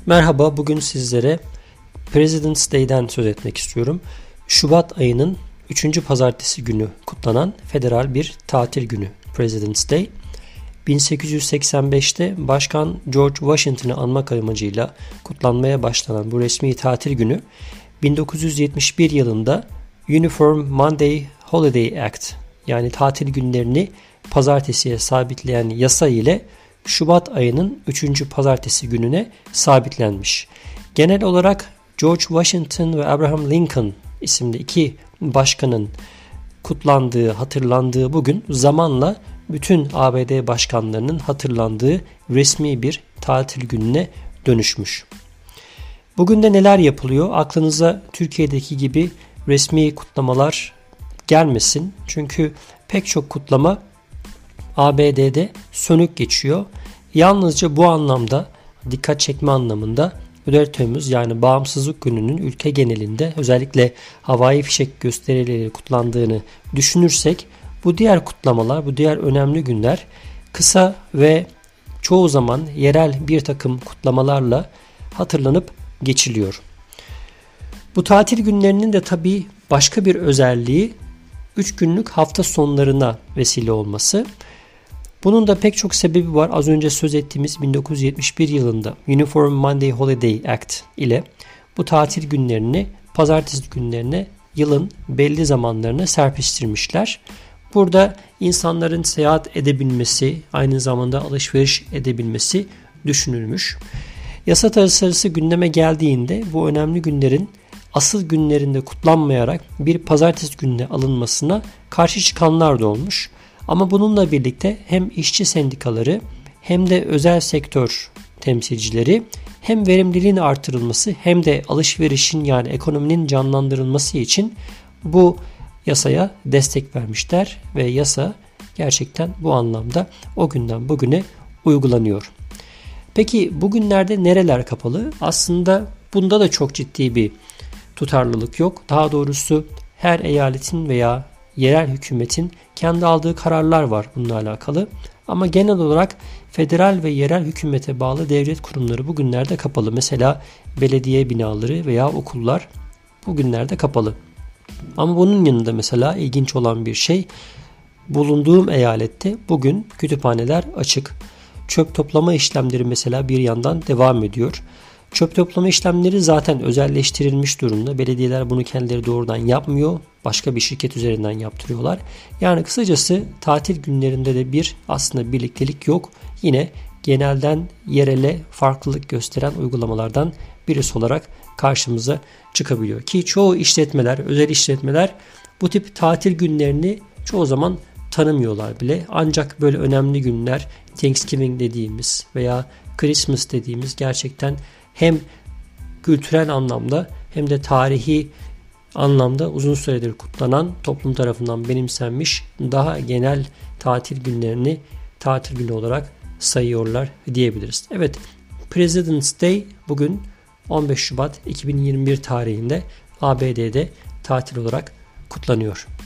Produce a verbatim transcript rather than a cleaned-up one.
Merhaba, bugün sizlere President's Day'den söz etmek istiyorum. Şubat ayının üçüncü pazartesi günü kutlanan federal bir tatil günü President's Day. bin sekiz yüz seksen beşte Başkan George Washington'ı anmak amacıyla kutlanmaya başlanan bu resmi tatil günü bin dokuz yüz yetmiş bir yılında Uniform Monday Holiday Act, yani tatil günlerini pazartesiye sabitleyen yasa ile Şubat ayının üçüncü pazartesi gününe sabitlenmiş. Genel olarak George Washington ve Abraham Lincoln isimli iki başkanın kutlandığı, hatırlandığı bugün zamanla bütün A B D başkanlarının hatırlandığı resmi bir tatil gününe dönüşmüş. Bugün de neler yapılıyor? Aklınıza Türkiye'deki gibi resmi kutlamalar gelmesin. Çünkü pek çok kutlama A B D'de sönük geçiyor. Yalnızca bu anlamda, dikkat çekme anlamında dört Temmuz yani Bağımsızlık Günü'nün ülke genelinde özellikle havai fişek gösterileri kutlandığını düşünürsek, bu diğer kutlamalar, bu diğer önemli günler kısa ve çoğu zaman yerel bir takım kutlamalarla hatırlanıp geçiliyor. Bu tatil günlerinin de tabii başka bir özelliği üç günlük hafta sonlarına vesile olması. Bunun da pek çok sebebi var. Az önce söz ettiğimiz bin dokuz yüz yetmiş bir yılında Uniform Monday Holiday Act ile bu tatil günlerini pazartesi günlerine yılın belli zamanlarına serpiştirmişler. Burada insanların seyahat edebilmesi, aynı zamanda alışveriş edebilmesi düşünülmüş. Yasa tasarısı gündeme geldiğinde bu önemli günlerin asıl günlerinde kutlanmayarak bir pazartesi gününe alınmasına karşı çıkanlar da olmuş. Ama bununla birlikte hem işçi sendikaları hem de özel sektör temsilcileri hem verimliliğin artırılması hem de alışverişin, yani ekonominin canlandırılması için bu yasaya destek vermişler ve yasa gerçekten bu anlamda o günden bugüne uygulanıyor. Peki bugünlerde nereler kapalı? Aslında bunda da çok ciddi bir tutarlılık yok. Daha doğrusu her eyaletin veya yerel hükümetin kendi aldığı kararlar var bununla alakalı. Ama genel olarak federal ve yerel hükümete bağlı devlet kurumları bugünlerde kapalı. Mesela belediye binaları veya okullar bugünlerde kapalı. Ama bunun yanında mesela ilginç olan bir şey, bulunduğum eyalette bugün kütüphaneler açık. Çöp toplama işlemleri mesela bir yandan devam ediyor. Çöp toplama işlemleri zaten özelleştirilmiş durumda. Belediyeler bunu kendileri doğrudan yapmıyor. Başka bir şirket üzerinden yaptırıyorlar. Yani kısacası tatil günlerinde de bir aslında birliktelik yok. Yine genelden yerele farklılık gösteren uygulamalardan birisi olarak karşımıza çıkabiliyor. Ki çoğu işletmeler, özel işletmeler bu tip tatil günlerini çoğu zaman tanımıyorlar bile. Ancak böyle önemli günler, Thanksgiving dediğimiz veya Christmas dediğimiz gerçekten hem kültürel anlamda hem de tarihi anlamda uzun süredir kutlanan, toplum tarafından benimsenmiş daha genel tatil günlerini tatil günü olarak sayıyorlar diyebiliriz. Evet, President's Day bugün on beş Şubat iki bin yirmi bir tarihinde A B D'de tatil olarak kutlanıyor.